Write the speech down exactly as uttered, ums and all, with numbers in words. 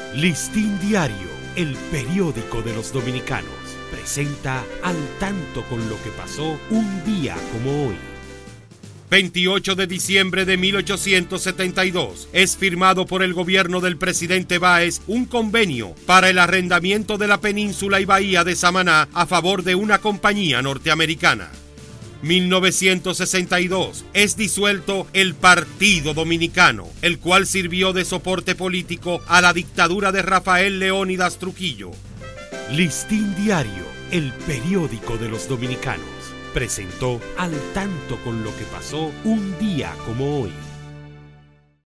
Listín Diario, el periódico de los dominicanos, presenta Al Tanto con lo que pasó un día como hoy. veintiocho de diciembre de mil ochocientos setenta y dos, es firmado por el gobierno del presidente Báez un convenio para el arrendamiento de la península y bahía de Samaná a favor de una compañía norteamericana. mil novecientos sesenta y dos, es disuelto el Partido Dominicano, el cual sirvió de soporte político a la dictadura de Rafael Leónidas Trujillo. Listín Diario, el periódico de los dominicanos, presentó Al Tanto con lo que pasó un día como hoy.